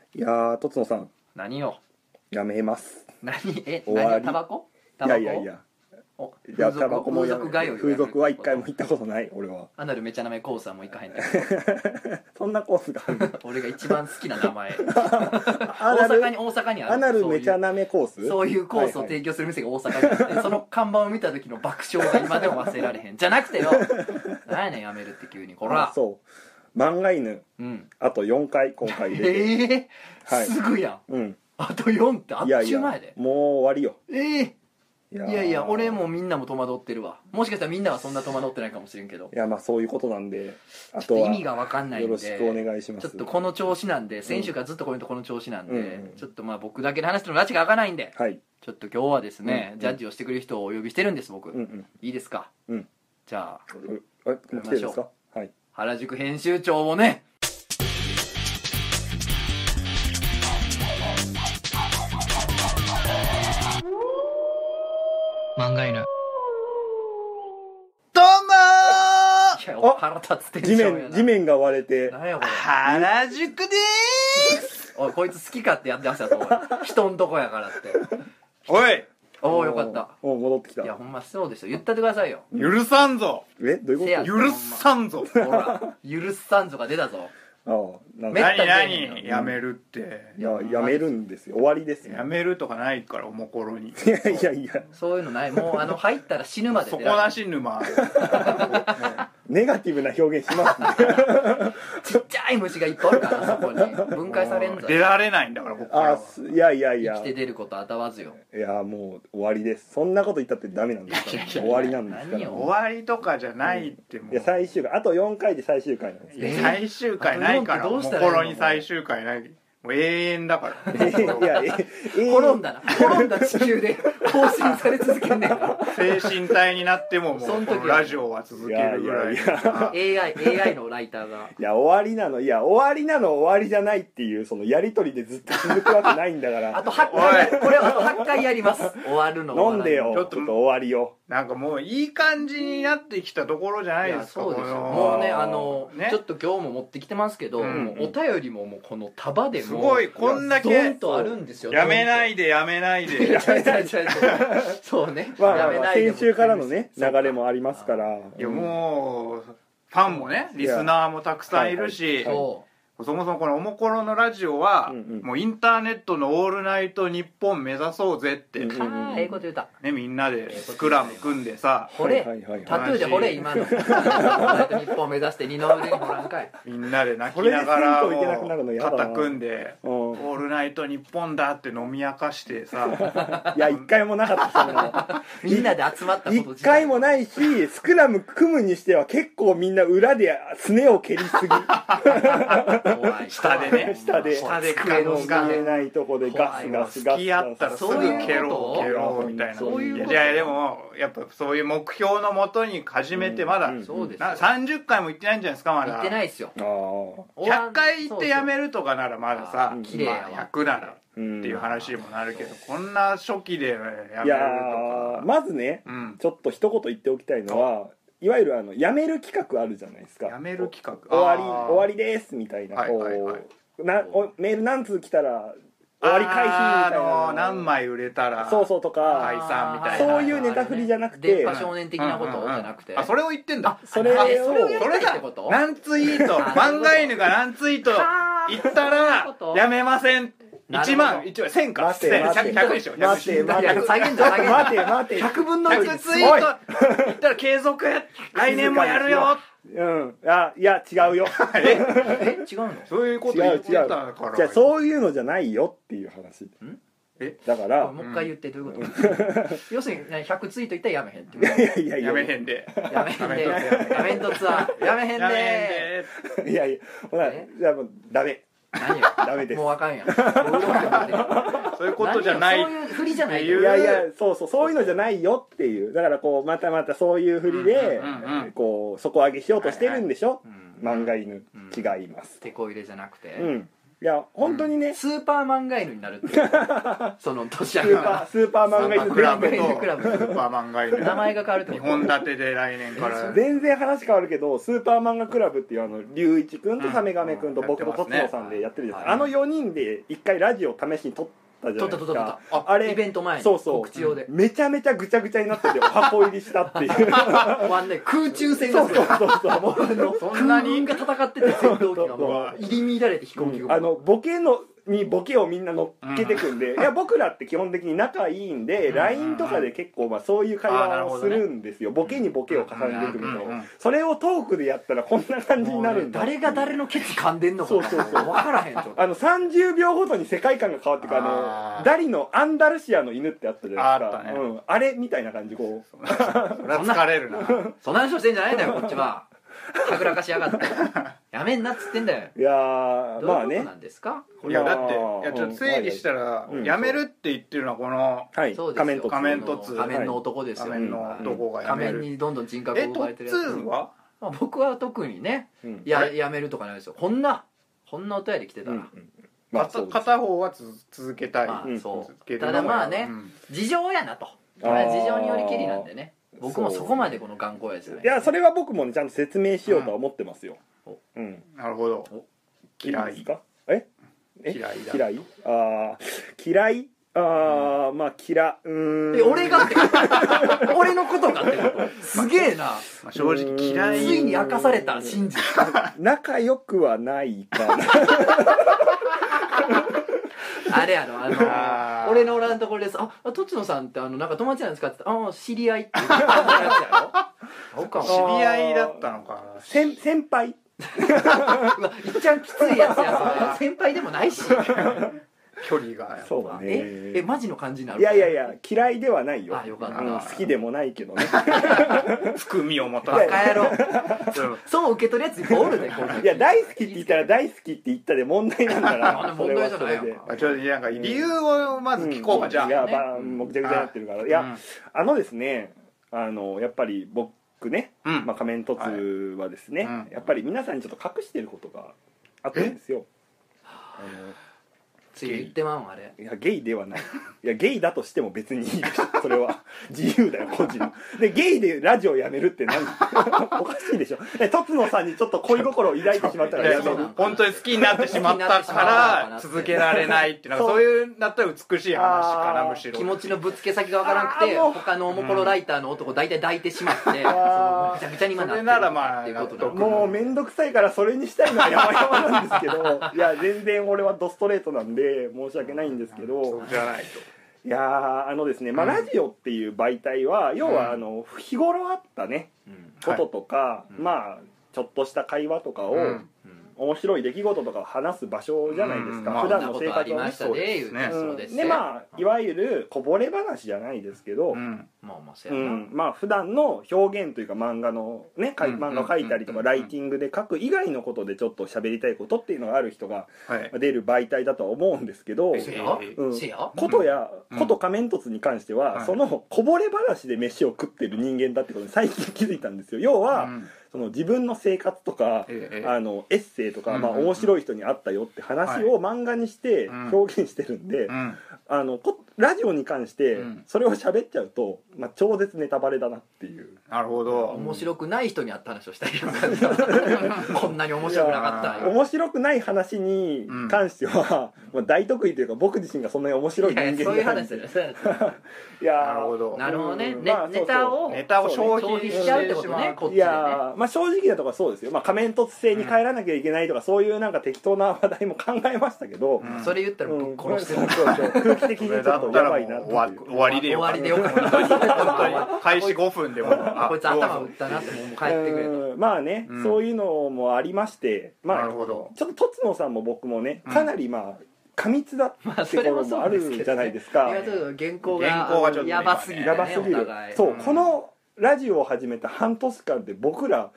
いやー、とつのさん、 何よ。 やめます。 終終わりタバコ？ いやいやいや、 おいやタバコも風俗通いを風俗は一回も行ったことない。俺はアナルめちゃなめコースはもう行かへんねんそんなコースがあるの俺が一番好きな名前大アナル阪にあるアナルめちゃなめコース、 そういうコースを提供する店が大阪にあって、その看板を見た時の爆笑が今でも忘れられへん。じゃなくてよ、何やねんやめるって急にこら。 そう漫画犬、あと4回今回ではい、 すぐやん、あと4ってあっちゅう前で。 もう終わりよ。 いやいや、俺もみんなも戸惑ってるわ。もしかしたらみんなはそんな戸惑ってないかもしれんけど。 いや、まあそういうことなんで、あとは意味が分かんないんでよろしくお願いします。 ちょっとこの調子なんで、先週からずっとこの調子なんで、ちょっとまあ僕だけで話しても拉致が開かないんで、ちょっと今日はですね、ジャッジをしてくれる人をお呼びしてるんです僕。いいですか？じゃあ来てるんですか？はい。 原宿編集長をね。 漫画犬。 どうもー。腹立つテンションやな。 地面が割れて。 何やこれ。 原宿でーす。 おい、こいつ好き勝手やってましたぞ。人んとこやからって。 おい。 おー、よかった。 お戻ってきた。 いや、ほんまそうですよ。言ったってくださいよ。 許さんぞ。 どういうこと？ 許さんぞ。 ほら、許さんぞが出たぞ。 何やめるって。 いや、やめるんですよ。終わりですよ。 やめるとかないからおもころに。 いやいや、 そういうのない。もう入ったら死ぬまで。 底なし沼。 ネガティブな表現しますね。 ちっちゃい虫がいっぱいあるからそこに分解されんぞ。 出られないんだからここからは。 いや生きて出ることあたわずよ。 いや、もう終わりです。そんなこと言ったってダメなんですから。終わりなんですから。 終わりとかじゃないってもう。 いや、最終回あと4回で最終回なんですよ。 最終回ないから。心に最終回ない。もう永遠だから。 いや、転んだ地球で更新され続けんねんから。 精神体になってももうこのラジオは続けるぐらい。 AI のライターが。 いや、終わりなの終わりじゃないっていう、そのやりとりでずっと続くわけないんだから。 あと8回、これはあと8回やります。終わるの。 飲んでよ、ちょっと終わりよ。 なんかもういい感じになってきたところじゃないですか。 そうですよ。もうね、ちょっと今日も持ってきてますけど、お便りももうこの束でもすごい、こんだけドンとあるんですよ。 やめないでそうね。 先週からのね、流れもありますから。 いや、もうファンもね、リスナーもたくさんいるし、そもそもこのおもころのラジオはもうインターネットのオールナイト日本目指そうぜってこと言うたね、みんなでスクラム組んでさ、 タトゥーで惚れ今のオールナイト日本目指して二の腕にほらんかい。 みんなで泣きながら肩組んでオールナイト日本だって飲み明かしてさ。 いや、一回もなかったみんなで集まったこと一回もないし、スクラム組むにしては結構みんな裏ですねを蹴りすぎ。 下でね、 下で机の下でないとこでガスガスガス。 付き合ったらすぐ蹴ろうみたいな。いやでもやっぱそういう目標のもとに始めてまだ30回も行ってないんじゃないですか。まだ行ってないですよ。 100回行ってやめるとかならまださ、100ならっていう話にもなるけど、こんな初期でやめるとか。 まずね、ちょっと一言言っておきたいのは、いわゆるやめる企画あるじゃないですか。 やめる企画、 終わりですみたいな、メール何通来たら終わり回避みたいな、 何枚売れたらそうとか解散みたいな、 そういうネタ振りじゃなくて、 電波少年的なことじゃなくて、 それを言ってんだ。 それやりたいってこと？ 何ツイート、漫画犬が何ツイート言ったらやめません。1万1000か100でしょ。 待て 100分の 100ツイート言ったら継続来年もやるよ。 いや違うよ。 違うの？ そういうこと言ってたから。 じゃあそういうのじゃないよっていう話。だからもう一回言って。どういうこと？要するに100ツイート言ったらやめへんって。 いややめへんで。 やめんとツアーやめへんで。 いやほら、じゃあもうダメ。 何よ、 ダメです。 もうあかんやん。 そういうことじゃない。 そういう振りじゃない。 いやそういうのじゃないよっていう。だからこうまたそういう振りでこう底上げしようとしてるんでしょ。漫画犬違います。 手こ入れじゃなくて。 いや本当にね、 スーパー漫画犬になるってその年明けからスーパー漫画犬クラブとスクラブーパー漫画犬名前が変わるって 2 こと本立てで来年から全然話変わるけど、スーパー漫画クラブっていう龍一君とサメガメ君と僕ととつのさんでやってるじゃないですか。あの4人で1回ラジオ試しに撮ったじゃないですか。 あれイベント前に告知用でめちゃめちゃぐちゃぐちゃになっててお箱入りしたっていう空中戦がそんなにが戦ってて戦闘機がもう入り乱れて飛行機がボケをみんな乗っけてくんで、いや僕らって基本的に仲いいんで LINE とかで結構そういう会話をするんですよ。ボケにボケを重ねていくみたいな。それをトークでやったらこんな感じになるんだ。 誰が誰のケツ噛んでんのか分からへんと。 30秒ごとに世界観が変わってくる。ダリのアンダルシアの犬ってあったじゃないですか。あれみたいな感じ。こうそれは疲れるな。 そんな話をしてんじゃないんだよこっちは。はぐらかしやがってやめんなっつってんだよ。 いやーまあね、どういうことなんですか。 いやだってちょっと整理したらやめるって言ってるのはこの仮面凸仮面の男ですよ。 仮面の男がやめる。 仮面にどんどん人格を奪われてるやつ。 トッツーは僕は特にねやめるとかないですよ。こんなお便り来てたら片方は続けたい。 ただまあね事情やなと。事情によりきりなんでね。僕もそこまでこの頑固やつね。 いやそれは僕もねちゃんと説明しようとは思ってますよ。 なるほど。嫌いか？ 嫌いだ。 嫌い？嫌い？まあ嫌。 俺がって俺のことがってことすげえな。 正直嫌い。 ついに明かされた真実。 仲良くはないかな。 あれやろ俺のおらんところです。とつのさんってなんか友達なんですかって言ったら知り合いって言ったやつやろ。 知り合いだったのか。 先輩。 うわいっちゃんきついやつやそれ。先輩でもないし距離が。 そうね。 マジの感じになる。 いや嫌いではないよ。 よかった。 好きでもないけどね。 含みを持たせバカ野郎。そう受け取るやついっぱいおるで。 いや大好きって言ったら大好きって言ったで問題なんだから問題じゃないよ。 ちょっとなんか理由をまず聞こうか。じゃあ。 いやもうぐちゃぐちゃになってるから。いやですねやっぱり僕ね仮面凸はですねやっぱり皆さんにちょっと隠してることがあったんですよ。 つい言ってまんあれ。 いやゲイではない。いやゲイだとしても別にいいです。それは自由だよ個人の。でゲイでラジオやめるって何？おかしいでしょ。とつのさんにちょっと恋心を抱いてしまったらやめる。 本当に好きになってしまったから続けられないっていうのはそういうだったら美しい話かなむしろ。 気持ちのぶつけ先がわからなくて他のおもころライターの男を大体抱いてしまってぐちゃぐちゃに今なってる。それならまあもうめんどくさいからそれにしたいのは山々なんですけど、いや全然俺はドストレートなんで。申し訳ないんですけど、 そうじゃないと。 いやですね、ラジオっていう媒体は要は日頃あったねこととか、ちょっとした会話とかを面白い出来事とかを話す場所じゃないですか。普段の生活はね。 そうですね。 でいわゆるこぼれ話じゃないですけど、普段の表現というか漫画のね漫画を描いたりとかライティングで書く以外のことでちょっと喋りたいことっていうのがある人が出る媒体だとは思うんですけど、こと仮面凸に関してはそのこぼれ話で飯を食ってる人間だってことに最近気づいたんですよ。要はその自分の生活とかエッセイとか面白い人に会ったよって話を漫画にして表現してるんで、ラジオに関してそれを喋っちゃうと超絶ネタバレだなっていう。 なるほど。 面白くない人に会った話をしたいよ。こんなに面白くなかった。 面白くない話に関しては大得意というか僕自身がそんなに面白い人間じゃない。そういう話ですよ。いやなるほど。 なるほどね。ネタを消費しちゃうってことね。こっちでね。 正直なところはそうですよ。仮面凸星に帰らなきゃいけないとかそういうなんか適当な話題も考えましたけど、 それ言ったらぶっ殺してる。 空気的にちょっとやばいな。 終わりでよかった。開始5分でもこいつ頭打ったなってもう帰ってくれと。 そういうのもありまして、ちょっととつのさんも僕もねかなり過密だってところもあるじゃないですか。 原稿がやばすぎる。 そうこのラジオを始めた半年間で僕ら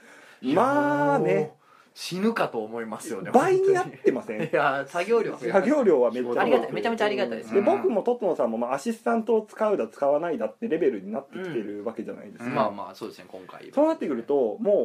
死ぬかと思いますよね。 倍になってません？ いや作業量はめっちゃめちゃめちゃありがたいです。 で僕もとつのさんもアシスタントを使うだ使わないだってレベルになってきてるわけじゃないですか。 そうですね今回。 そうなってくるともう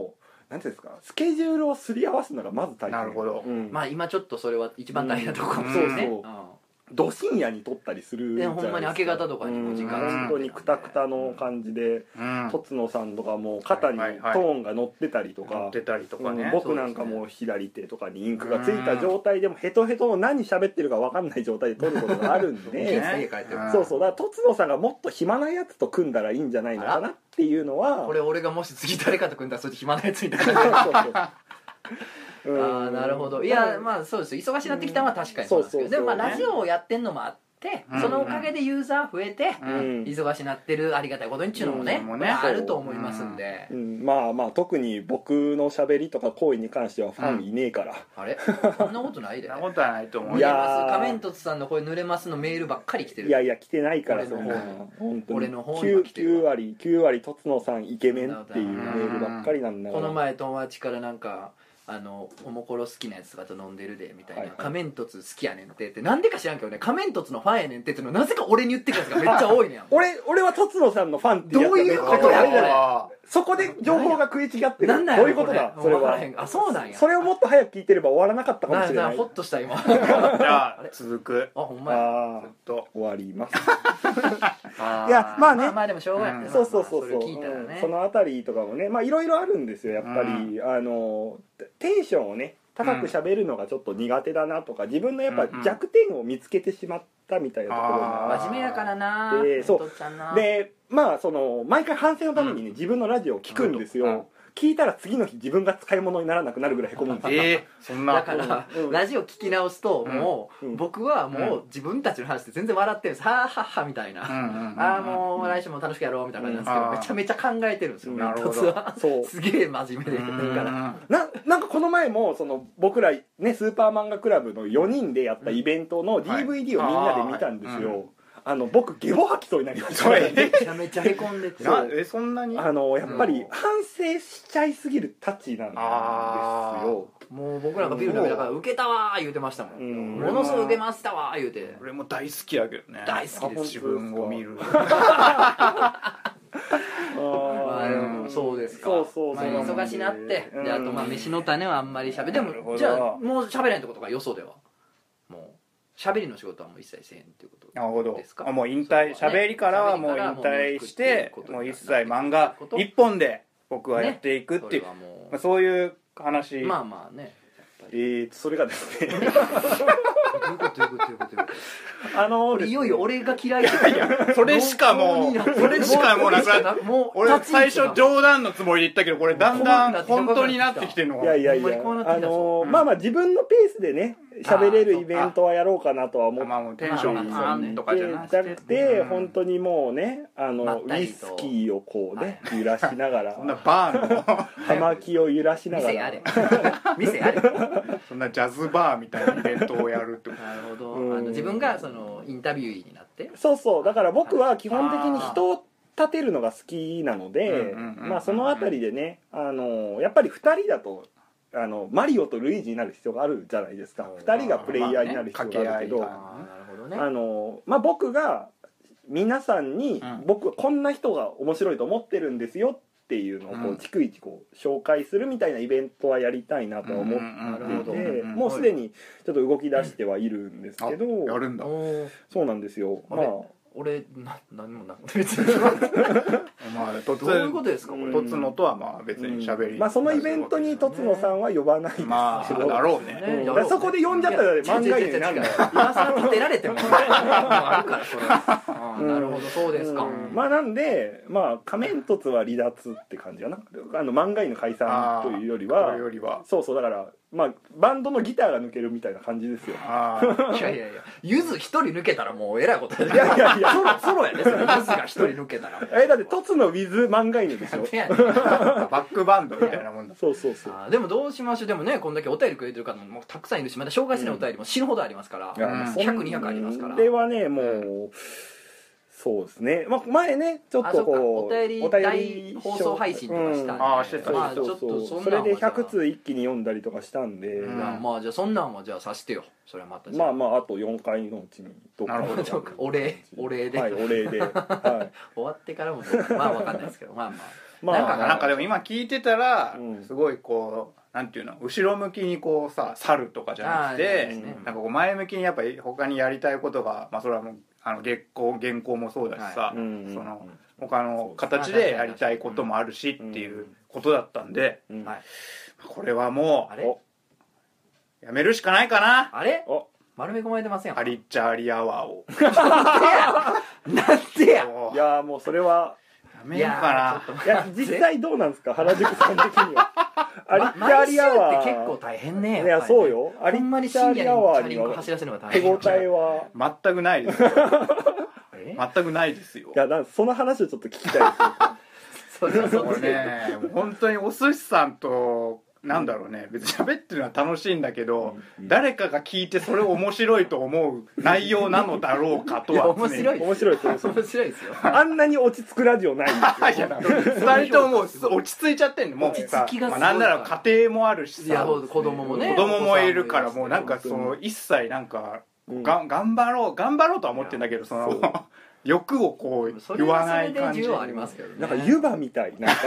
なんていうんですか、スケジュールをすり合わすのがまず大変。 なるほど、 まあ今ちょっとそれは一番大変なところかもしれないね。 ど深夜に撮ったりするじゃないですか。 ほんまに明け方とかにも時間本当にクタクタの感じで、とつのさんとかも肩にトーンが乗ってたりとか、僕なんかも左手とかにインクがついた状態でもヘトヘトの何喋ってるか分かんない状態で撮ることがあるんでそうそう、だからとつのさんがもっと暇なやつと組んだらいいんじゃないのかなっていうのは。 これ俺がもし次誰かと組んだらそれで暇なやつみたいな。ああなるほど。いやまあそうですよ、忙しいなってきたのは確かにそうですけど、でもまあラジオをやってんのもあって、そのおかげでユーザー増えて忙しなってるありがたいことにっちゅうのもねあると思いますんで、 まあまあ特に僕の喋りとか行為に関してはファンいねえから。 あれそんなことないで。 そんなことはないと思う。 いや仮面凸さんのこれ濡れますのメールばっかり来てる。 いやいや来てないからそんな。 俺の方に 9割とつのさんイケメンっていうメールばっかりなんだから。 この前友達からなんかおもころ好きなやつとかと飲んでるでみたいな、仮面凸好きやねんってなんでか知らんけどね、仮面凸のファンやねんってのなぜか俺に言ってくるやつがめっちゃ多いねん。 俺はとつのさんのファンってどういうことやこれ。 そこで情報が食い違ってる。 なんだどういうことだそれは。 あそうなんや。 それをもっと早く聞いてれば終わらなかったかもしれない。 ホッとした今。 じゃあ続く。 あほんまや。 ずっと終わります。 いやまあね、まあでもしょうがない。 そうそのあたりとかもね、まあいろいろあるんですよやっぱり。テンションをね高く喋るのがちょっと苦手だなとか、自分のやっぱ弱点を見つけてしまったみたいなところが真面目やからな。 そうでまあその毎回反省のためにね自分のラジオを聞くんですよ。聞いたら次の日自分が使い物にならなくなるぐらいへこむんですよ。 そんな。 だからラジオ聞き直すともう僕はもう自分たちの話で全然笑ってるんです。はあははみたいな。ああもう来週も楽しくやろうみたいな感じなんですけど、めちゃめちゃ考えてるんですよ。 なるほど。 そうすげえ真面目で言ってるから。 なんかこの前もその僕らねスーパー漫画クラブの4人でやったイベントの DVD をみんなで見たんですよ。僕ゲボ吐きそうになりました。 めちゃめちゃへこんでて。 そんなにやっぱり反省しちゃいすぎるたちなんですよ。 もう僕らがビール飲みだから受けたわー言うてましたもん。ものすごい受けましたわー言うて。 俺も大好きやけどね。 大好きです。 自分を見る。 そうですか。忙しなって、であとまあ飯の種はあんまり喋でもじゃあもう喋れんってことかよそでは。もう喋りの仕事はもう一切せんっていうことですか。 もう引退喋りからはもう引退してもう一切漫画一本で僕はやっていくっていうそういう話。 まあまあね。 それがですね。 いよいよ俺が嫌いそれしかもうなくなって俺最初冗談のつもりで言ったけどこれだんだん本当になってきてるのがいやまあまあ自分のペースでね喋れるイベントはやろうかなとは思ってテンションとかじゃなくて本当にもうねウイスキーをこうね揺らしながらそんなバーの葉巻を揺らしながら店あれそんなジャズバーみたいなイベントをやるってこと。 なるほど。自分がそのインタビューになってそうだから僕は基本的に人を立てるのが好きなのでまあそのあたりでねやっぱり2人だとマリオとルイージになる必要があるじゃないですか。2人がプレイヤーになる必要があるけどまあ僕が皆さんに僕はこんな人が面白いと思ってるんですよっていうのをこう逐一こう紹介するみたいなイベントはやりたいなと思っていてもうすでにちょっと動き出してはいるんですけどやるんだ。 そうなんですよ。まあ俺何もなく別にどういうことですかこれ。 とつのとはまあ別に喋りまあそのイベントにとつのさんは呼ばないですけどだろうね。 そこで呼んじゃったら漫画になるんだよ。 今さら立てられてもあるからそれなるほどそうですか。 まあなんでまあ仮面凸は離脱って感じかな。漫画員の解散というよりはそうだからまあバンドのギターが抜けるみたいな感じですよ。 いやゆず一人抜けたらもうえらいことや。いやソロやね。ゆずが一人抜けたらだって凸の with 漫画犬でしょ。 バックバンドみたいなもんだ。 そうでもどうしましょう。でもねこんだけお便りくれてる方もたくさんいるしまた紹介しないお便りも死ぬほどありますから100、200ありますから。 これはねもうそうですね。まあ前ねちょっとこうお便り大放送配信とかしたんでしてた。 まあちょっとそれで100通一気に読んだりとかしたんでまあじゃあそんなんはじゃあさしてよ。それはまたまああと4回のうちになるほどお礼ではいお礼で終わってからもまあわかんないですけどまあなんかでも今聞いてたら、すごいこうなんていうの、後ろ向きにこうさ去るとかじゃなくて、なんかこう前向きにやっぱり他にやりたいことが、それはもう原稿もそうだしさ、その他の形でやりたいこともあるしっていうことだったんで、これはもうやめるしかないかな。 あれ丸め込まれてません。 アリッチャーリアワーをなんでや。 いやもうそれはやめようかな。いや実際どうなんですか、原宿さん的には。アリッチャーリアワーって結構大変ね。 いやそうよ。 アリッチャーリアワーには手応えは全くないですよ。全くないですよ。 いやその話をちょっと聞きたいですよ。 それはそうね。本当にお寿司さんとなんだろうね、別に喋ってるのは楽しいんだけど、誰かが聞いてそれを面白いと思う内容なのだろうかとは面白い面白いですよ。 あんなに落ち着くラジオないんですよ。 2人とももう落ち着いちゃってんの。もうさ、なんなら家庭もあるしさ、 子供もね、 子供もいるから、もうなんかその一切なんか頑張ろうとは思ってんだけど、その欲をこう言わない感じ。 なんか湯葉みたいな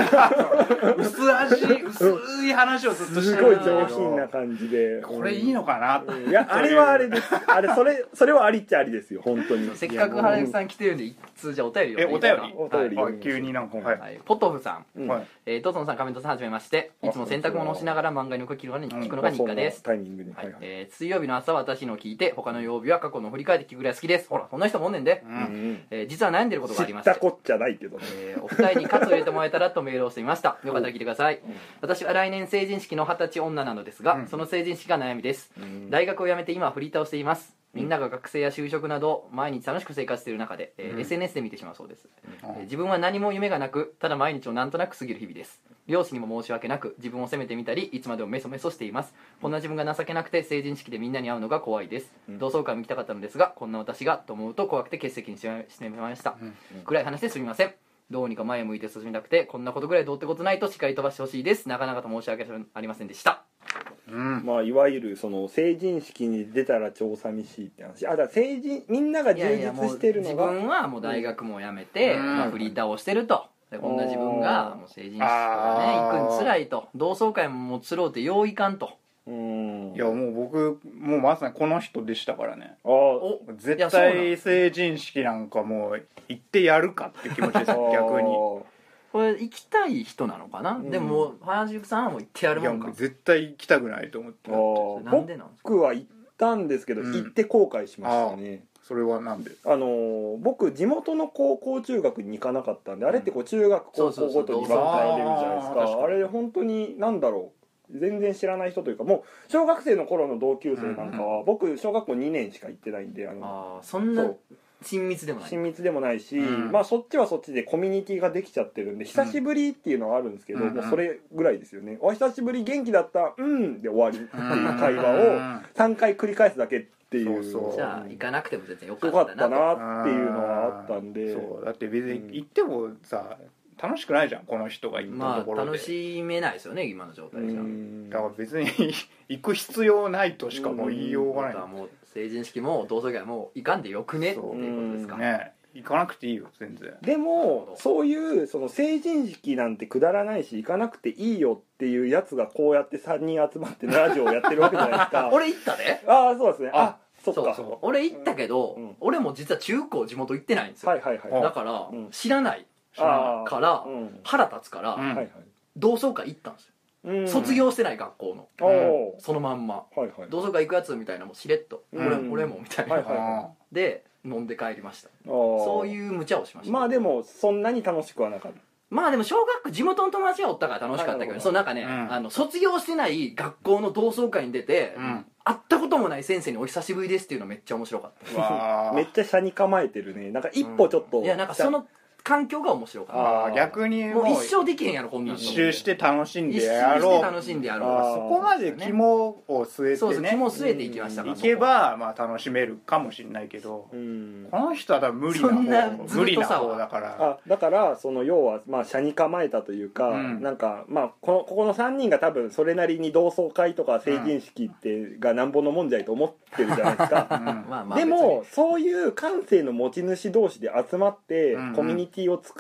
薄い話をずっとしてる。 すごい上品な感じで。 これいいのかな。 いやあれはあれです。あれそれはありっちゃありですよ本当に。 せっかく原宿さん来てるんで一通じゃお便りを。 お便り急になんかポトフさん、トトンさん、カメントさん、はじめまして。いつも洗濯物をしながら漫画に聞くのが日課です。水曜日の朝は私の聞いて、他の曜日は過去の振り返って聞くぐらい好きです。ほらそんな人もおんねんで。実は悩んでることがありまして、 知ったこっちゃないけど、 お二人に喝を入れてもらえたらとメールをしてみました。よかったら聞いてください。私は来年成人式の20歳女なのですが、その成人式が悩みです。大学を辞めて今はフリーターをしています。みんなが学生や就職など毎日楽しく生活している中で、SNS で見てしまうそうです。自分は何も夢がなく、ただ毎日をなんとなく過ぎる日々です。両親にも申し訳なく、自分を責めてみたり、いつまでもメソメソしています。こんな自分が情けなくて成人式でみんなに会うのが怖いです。同窓会も行きたかったのですが、こんな私がと思うと怖くて欠席にしてしまいました。暗い話ですみません。どうにか前を向いて進みたくて、こんなことぐらいどうってことないと叱り飛ばしてほしいです。なかなかと申し訳ありませんでした。 まあいわゆるその成人式に出たら超寂しいって話。だからみんなが充実してるのが、 自分はもう大学も辞めて、フリーターをしてると。こんな自分がもう成人式からね行くんつらいと、同窓会ももうつろうてよういかんと。 いやもう僕もうまさにこの人でしたからね。絶対成人式なんかもう行ってやるかって気持ちです。逆にこれ行きたい人なのかな。でも原宿さんはもう行ってやるもんか。 いや絶対行きたくないと思って。 なんでなんですか。 僕は行ったんですけど、行って後悔しましたね。 それはなんで？ 僕地元の高校中学に行かなかったんで、あれってこう中学高校ごとに分かれるじゃないですか。あれ本当になんだろう、全然知らない人というか、もう小学生の頃の同級生なんかは、僕小学校2年しか行ってないんで、 そんな親密でもないし、まあそっちはそっちでコミュニティができちゃってるんで、久しぶりっていうのはあるんですけど、もうそれぐらいですよね。お久しぶり、元気だった、で終わりっていう会話を3回繰り返すだけっていう。 じゃあ行かなくても全然よかったなっていうのはあったんで。 そうだって別に行ってもさ楽しくないじゃん、この人が行ったところで。 楽しめないですよね今の状態じゃ。 だから別に行く必要ないとしかもう言いようがない。 もう成人式も同窓会も行かんでよくねっていうことですかね。行かなくていいよ全然。 でもそういうその成人式なんてくだらないし行かなくていいよっていうやつがこうやって3人集まってラジオをやってるわけじゃないですか。 俺行ったで。 そうですね。そっか。 俺行ったけど、俺も実は中高地元行ってないんですよ。だから知らないから腹立つから同窓会行ったんですよ。卒業してない学校のそのまんま同窓会行くやつみたいなもしれっと俺もみたいなで飲んで帰りました。そういう無茶をしました。 まあでもそんなに楽しくはなかった。 まあでも小学地元の友達がおったから楽しかったけど、そうなんかね、卒業してない学校の同窓会に出て、会ったこともない先生にお久しぶりですっていうのめっちゃ面白かった。 めっちゃ車に構えてるね。なんか一歩ちょっと、 いやなんかその環境が面白かった。 逆にもう一生できへんやろこんなの。 一周して楽しんでやろう。 そこまで肝を据えてね。 肝据えていきましたから。 行けばまあ楽しめるかもしれないけど、この人は多分無理な方だから。 だからその要はまあ車に構えたというか、なんかまあここの3人が多分それなりに同窓会とか成人式ってがなんぼのもんじゃいと思ってるじゃないですか。でもそういう感性の持ち主同士で集まってコミュニティを作れ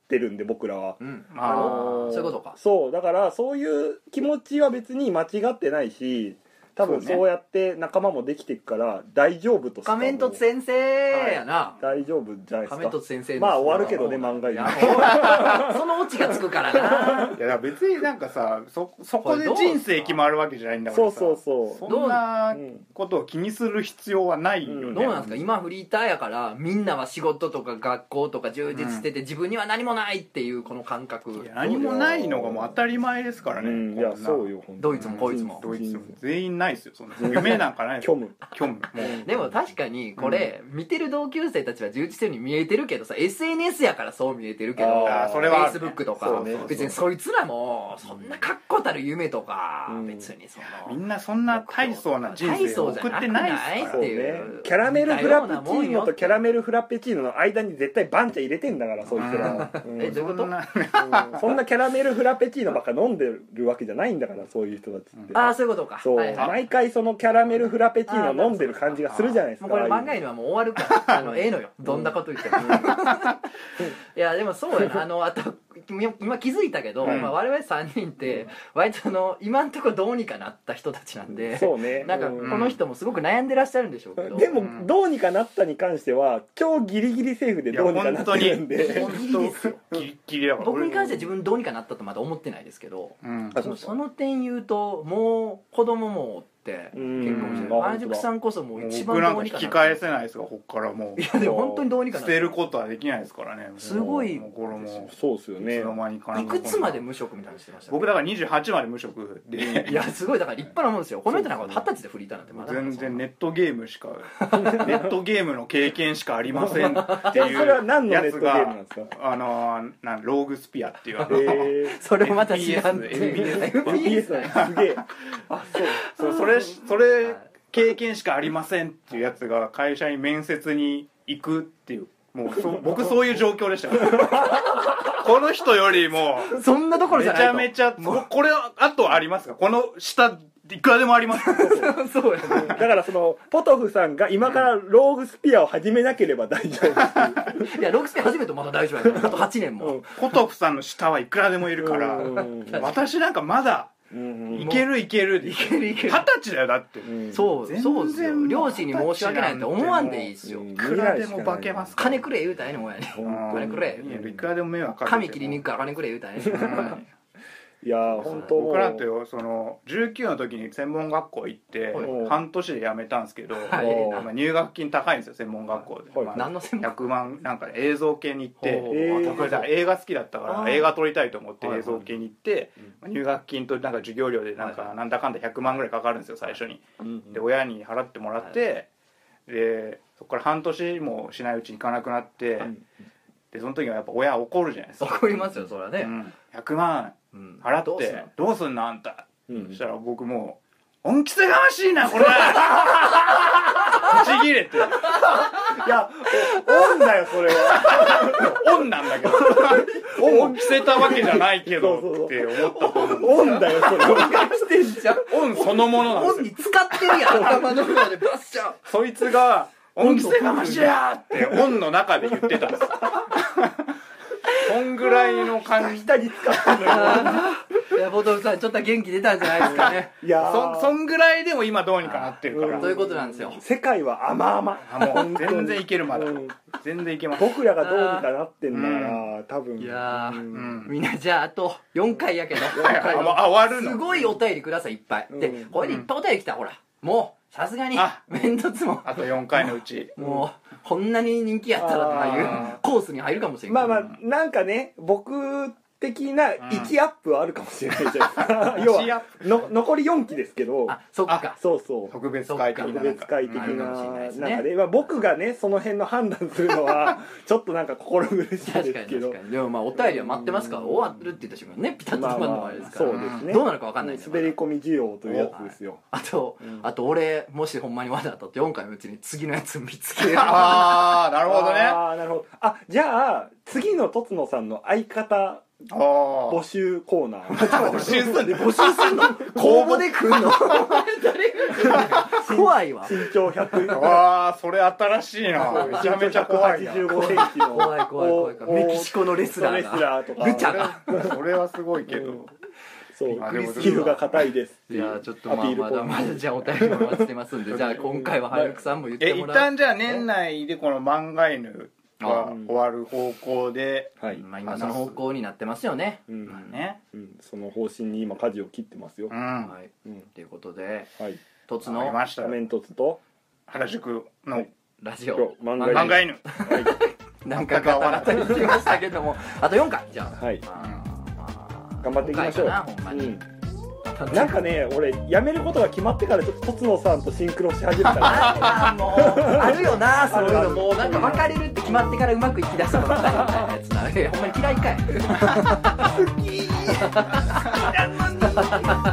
てるんで僕らは、 そういうことか。 そうだからそういう気持ちは別に間違ってないし、多分そうやって仲間もできていくから大丈夫と仮面凸先生やな、 大丈夫じゃないですか。 仮面凸先生まあ終わるけどね漫画にそのオチがつくからな。 いや別になんかさそこで人生決まるわけじゃないんだからさ、そんなことを気にする必要はないよね。 どうなんですか今フリーターやからみんなは仕事とか学校とか充実してて、自分には何もないっていうこの感覚。 いや何もないのがもう当たり前ですからね。 いやそうよ、 ドイツもこいつも全員ないですよ、そんな夢なんかないですよ。虚無でも確かにこれ、見てる同級生たちは充実してるように見えてるけどさ、 SNS やからそう見えてるけど、 それは Facebook とか別にそいつらもそんな確固たる夢とか、別にそのみんなそんな大層な人生を送ってないですから。 っていうキャラメルフラペチーノとキャラメルフラペチーノの間に絶対バンチャ入れてんだからそいつらは。 どういうこと？ そんなキャラメルフラペチーノばっか飲んでるわけじゃないんだからそういう人たちって。 ああそういうことか。 そう毎回そのキャラメルフラペチーノ飲んでる感じがするじゃないですか。 もうこれ漫画犬はもう終わるからええのよ、どんなこと言っても。いやでもそうやな、あと今気づいたけど、我々3人って割と今んとこどうにかなった人たちなんで、 そうね、 なんかこの人もすごく悩んでらっしゃるんでしょうけど、 でもどうにかなったに関しては超ギリギリセーフでどうにかなってるんで、 本当にギリギリだから。 僕に関しては自分どうにかなったとまだ思ってないですけど、その点言うともう子供もって結婚してる原宿さんこそもう一番どうにかなった。 僕なんか引き返せないですがこっからもう。 いやでも本当にどうにかなった。 捨てることはできないですからね。 すごい。 そうですよね。 いくつまで無職みたいなのしてました？ 僕だから28まで無職で。 いやすごいだから立派なもんですよ。この人なんか20歳でフリーターなんてまだ全然ネットゲームしかネットゲームの経験しかありませんっていう。 それは何のネットゲームなんですか？ ローグスピアっていうそれもまた知らん。 FPS すげえ。あそうそれ経験しかありませんっていうやつが会社に面接に行くっていう、もう僕そういう状況でしたこの人よりもそんなところじゃないとめちゃめちゃこれあとありますか、この下いくらでもありますそうやね。 だからそのポトフさんが今からローグスピアを始めなければ大丈夫。 いやローグスピア始めるとまだ大丈夫やね。あと8年も。 ポトフさんの下はいくらでもいるから、私なんかまだいける20歳だよだって。 そうですよ。両親に申し訳ないって思わんでいいですよ。 いくらでも化けます。 金くれ言うたらええねん親に。金くれ。 いくらでも迷惑かけて。 髪切りに行くから金くれ言うたらええねん。 いや本当僕なんてその19の時に専門学校行って半年で辞めたんですけど、入学金高いんですよ専門学校で。 何の専門 100万なんか映像系に行って、映画好きだったから映画撮りたいと思って映像系に行って、入学金となんか授業料でなんだかんだ100万ぐらいかかるんですよ最初に。で親に払ってもらって、でそこから半年もしないうちに行かなくなって、でその時はやっぱ親怒るじゃないですか。 怒りますよそれはね。 100万払ってどうすんのあんた。そしたら僕もう恩着せがましいなこれ。ちぎれて。いや恩だよそれは。 恩なんだけど。恩を着せたわけじゃないけどって思ったと思う。 恩だよそれは。 してんじゃん。 恩そのものなんですよ。 恩に使ってるやん。頭の上でバッシャー。 そいつが恩着せがましやって恩の中で言ってたんです。そんぐらいの感じ。 下に使ってんのよ。 いやボトルさんちょっと元気出たんじゃないですかね。 いやそんぐらいでも今どうにかなってるから。 そういうことなんですよ。 世界は甘々。 もう全然いけるまだ。全然いけます。 僕らがどうにかなってんだから多分。 いやみんなじゃああと4回やけど。 終わるの。 すごいお便りくださいいっぱい。でこれでいっぱいお便り来たほらもう。さすがに面倒もあと4回のうちもうこんなに人気やったらとかいうコースに入るかもしれない。 まあなんかね僕的な1アップはあるかもしれないじゃないですか。要は残り4期ですけど。 そっか。 そう特別会的ななんかで僕がねその辺の判断するのはちょっとなんか心苦しいですけど。 でもまあお便りは待ってますから終わるって言った瞬間ねピタッと止まるのもあれですから。 そうですね。 どうなるか分かんないです。 滑り込み需要というやつですよ。 あと俺もしほんまにまだだと4回のうちに次のやつ見つける。 ああなるほどね。 なるほど。じゃあ次のとつのさんの相方募集コーナー募集すんの公募で来んの怖いわ。 身長100。 わあ、それ新しいな。めちゃめちゃ怖いな。 185センチの怖いメキシコのレスラーとかルチャがそれはすごいけど。 そう、皮膚が硬いです。 いやちょっとまだじゃあお便りお待ちしてますんで、じゃあ今回ははるくさんも言ってもらう。 一旦じゃあ年内でこの漫画犬が終わる方向で、 まあ今その方向になってますよね。 その方針に今舵を切ってますよ。 はい。ということで、 とつの仮面凸と原宿のラジオ漫画犬。 なんかガタガタにきましたけども、あと4回じゃあ。 頑張っていきましょう。なんかね、俺辞めることが決まってからちょっととつのさんとシンクロし始めたらもうあるよな、そういうの。もうなんか別れるって決まってからうまくいきだしたのばっかりみたいなやつな。ほんまに嫌いかい。好き